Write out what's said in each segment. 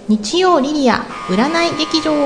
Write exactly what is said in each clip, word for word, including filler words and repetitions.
日曜リリア占い劇場。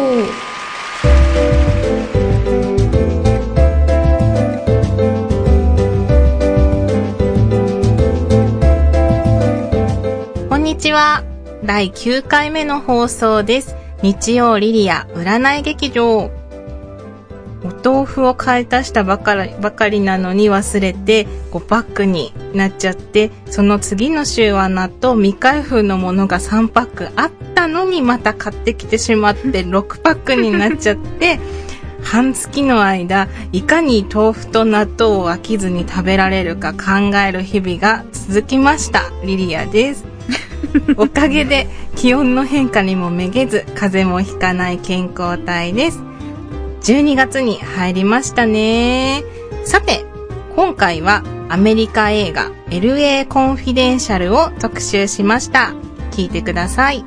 こんにちは。だいきゅうかいめの放送です。日曜リリア占い劇場。お豆腐を買い足したばかり、ばかりなのに忘れてごパックになっちゃって、その次の週は納豆未開封のものがさんパックあったのにまた買ってきてしまってろくパックになっちゃって半月の間いかに豆腐と納豆を飽きずに食べられるか考える日々が続きました。リリアです。おかげで気温の変化にもめげず風邪もひかない健康体です。じゅうにがつに入りましたね。さて今回はアメリカ映画 エルエー コンフィデンシャルを特集しました。聞いてください。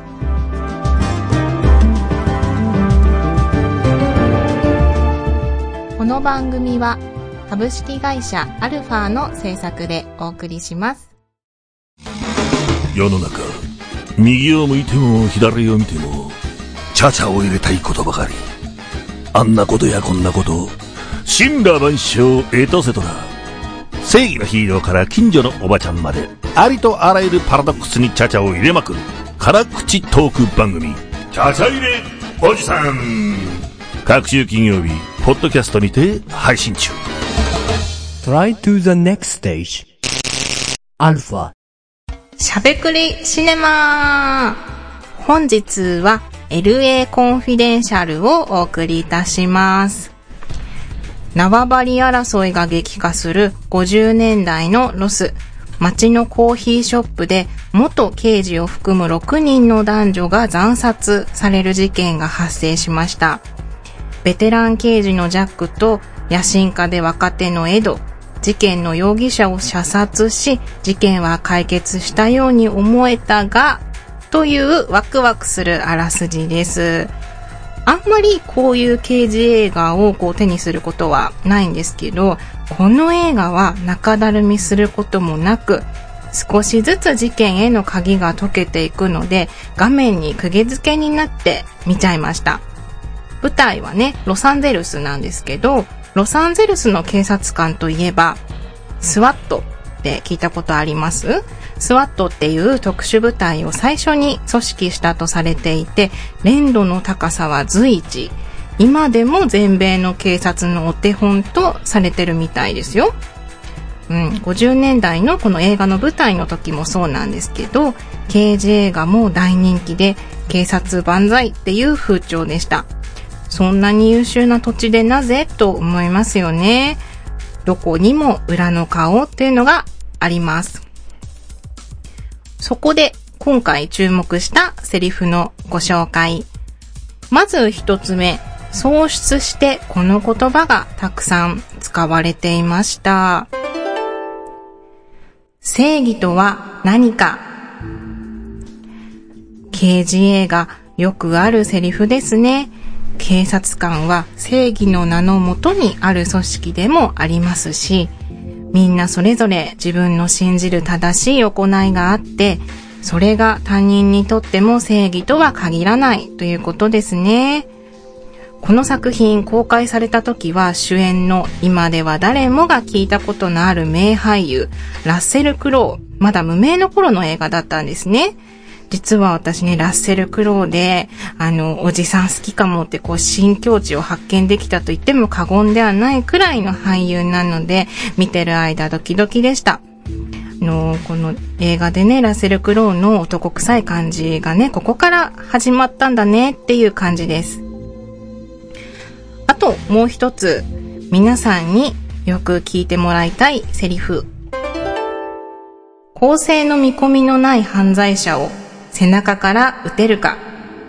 この番組は株式会社アルファの制作でお送りします。 世の中右を向いても左を見てもチャチャを入れたいことばかり。あんなことやこんなこと、神羅万象エトセトラ。正義のヒーローから近所のおばちゃんまで、ありとあらゆるパラドックスにチャチャを入れまくる辛口トーク番組、チャチャ入れおじさん。各週金曜日ポッドキャストにて配信中。 Try to the next stage アルファしゃべくりシネマ。本日はエルエー コンフィデンシャルをお送りいたします。縄張り争いが激化するごじゅうねんだいのロス。町のコーヒーショップで元刑事を含むろくにんの男女が惨殺される事件が発生しました。ベテラン刑事のジャックと野心家で若手のエド、事件の容疑者を射殺し、事件は解決したように思えたが、というワクワクするあらすじです。あんまりこういう刑事映画をこう手にすることはないんですけど、この映画は中だるみすることもなく、少しずつ事件への鍵が解けていくので、画面に釘付けになって見ちゃいました。舞台はね、ロサンゼルスなんですけど、ロサンゼルスの警察官といえば、スワットって聞いたことあります？スワットっていう特殊部隊を最初に組織したとされていて、練度の高さは随一。今でも全米の警察のお手本とされてるみたいですよ。うん、ごじゅうねんだいのこの映画の舞台の時もそうなんですけど、刑事映画も大人気で、警察万歳っていう風潮でした。そんなに優秀な土地でなぜと思いますよね。どこにも裏の顔っていうのがあります。そこで今回注目したセリフのご紹介。まず一つ目、創出してこの言葉がたくさん使われていました。正義とは何か。刑事映画よくあるセリフですね。警察官は正義の名のもとにある組織でもありますし、みんなそれぞれ自分の信じる正しい行いがあって、それが他人にとっても正義とは限らないということですね。この作品公開された時は主演の今では誰もが聞いたことのある名俳優ラッセル・クロウ、まだ無名の頃の映画だったんですね。実は私ね、ラッセル・クロウで、あの、おじさん好きかもってこう、新境地を発見できたと言っても過言ではないくらいの俳優なので、見てる間ドキドキでした。あの、この映画でね、ラッセル・クロウの男臭い感じがね、ここから始まったんだねっていう感じです。あと、もう一つ、皆さんによく聞いてもらいたいセリフ。公正の見込みのない犯罪者を背中から撃てるか。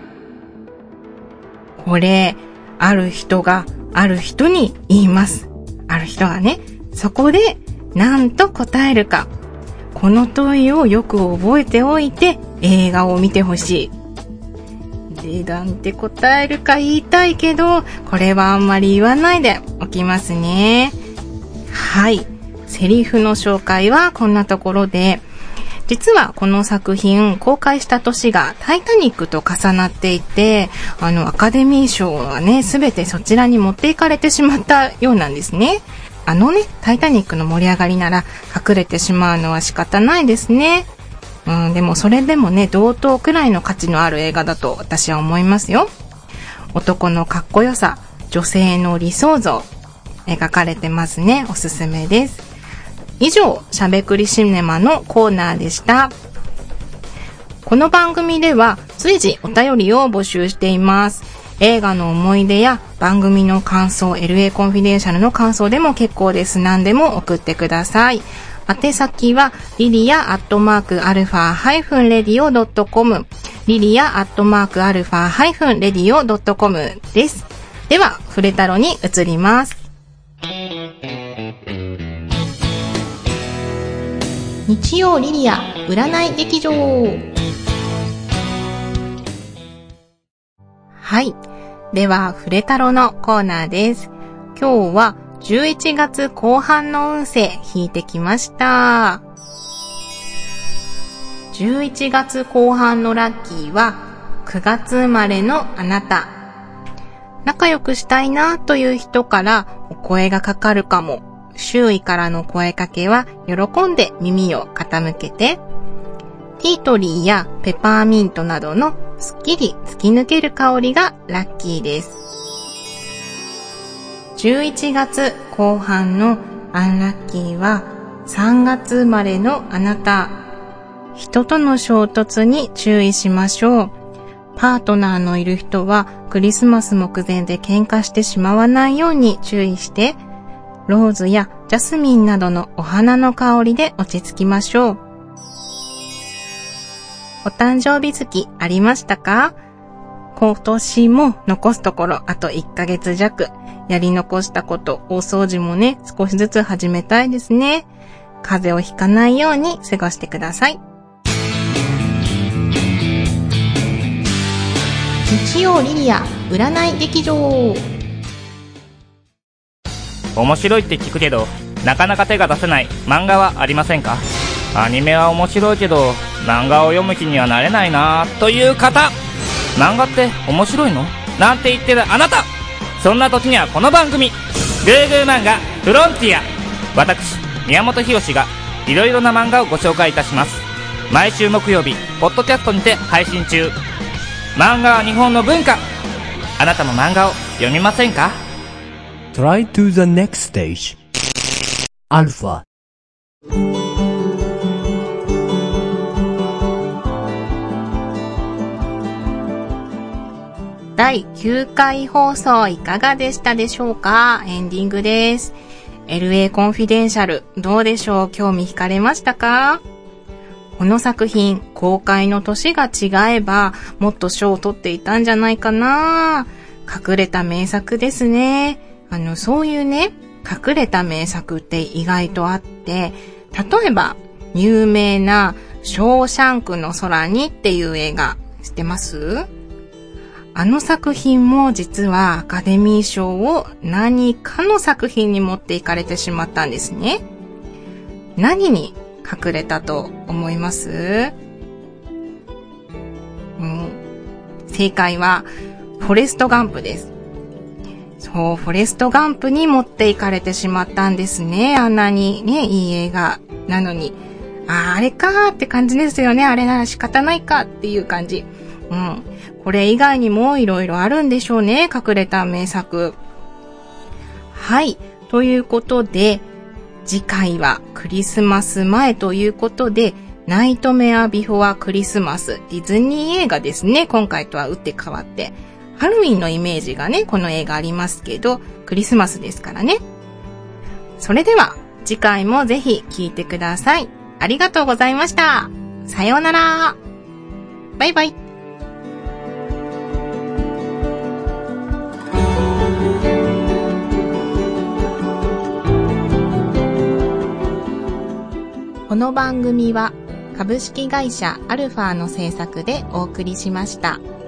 これ、ある人がある人に言います。ある人がね、そこで何と答えるか。この問いをよく覚えておいて映画を見てほしい。で、なんて答えるか言いたいけど、これはあんまり言わないでおきますね。はい。セリフの紹介はこんなところで、 実はこの作品公開した年がタイタニックと重なっていて、あのアカデミー賞はねすべてそちらに持っていかれてしまったようなんですね。あのねタイタニックの盛り上がりなら隠れてしまうのは仕方ないですね。うん、でもそれでもね同等くらいの価値のある映画だと私は思いますよ。男のかっこよさ、女性の理想像描かれてますね。おすすめです。以上、しゃべくりシネマのコーナーでした。この番組では随時お便りを募集しています。映画の思い出や番組の感想、エルエー コンフィデンシャルの感想でも結構です。何でも送ってください。宛先はリリアアットマークアルファハイフンレディオドットコム、リリアアットマークアルファハイフンレディオドットコムです。では、フレタロに移ります。日曜リリア占い劇場。はい。では、フレタロのコーナーです。今日はじゅういちがつこう半の運勢引いてきました。じゅういちがつこう半のラッキーはくがつ生まれのあなた。仲良くしたいなという人からお声がかかるかも。周囲からの声かけは喜んで耳を傾けて。ティートリーやペパーミントなどのすっきり突き抜ける香りがラッキーです。じゅういちがつこう半のアンラッキーはさんがつ生まれのあなた。人との衝突に注意しましょう。パートナーのいる人はクリスマス目前で喧嘩してしまわないように注意して、ローズやジャスミンなどのお花の香りで落ち着きましょう。お誕生日月ありましたか？今年も残すところあといっかげつじゃく。やり残したこと、大掃除もね、少しずつ始めたいですね。風邪をひかないように過ごしてください。日曜リリア占い劇場。 面白いって聞くけどなかなか手が出せない漫画はありませんか？アニメは面白いけど漫画を読む気にはなれないなという方、漫画って面白いの？なんて言ってるあなた、そんな時にはこの番組グーグー漫画フロンティア、私宮本浩がいろいろな漫画をご紹介いたします。毎週木曜日ポッドキャストにて配信中。漫画は日本の文化、あなたも漫画を読みませんか？ Try to the next stage. Alpha. だいきゅうかい放送いかがでしたでしょうか？エンディングです。エルエー コンフィデンシャル、どうでしょう？興味惹かれましたか？この作品、公開の年が違えば、もっと賞を取っていたんじゃないかな。隠れた名作ですね。あの、そういうね、隠れた名作って意外とあって、例えば、有名なショーシャンクの空にっていう映画、知ってます？あの作品も実はアカデミー賞を何かの作品に持っていかれてしまったんですね。何に隠れたと思います？うん、正解はフォレストガンプです。そう、フォレストガンプに持っていかれてしまったんですね。あんなにね、いい映画なのに。あ、あれかーって感じですよね。あれなら仕方ないかっていう感じ。うん。これ以外にもいろいろあるんでしょうね。隠れた名作。はい。ということで、次回はクリスマス前ということで、ナイトメアビフォアクリスマス、ディズニー映画ですね。今回とは打って変わって。ハロウィンのイメージがね、この映画ありますけど、クリスマスですからね。それでは、次回もぜひ聞いてください。ありがとうございました。さようなら。バイバイ。この番組は株式会社アルファの制作でお送りしました。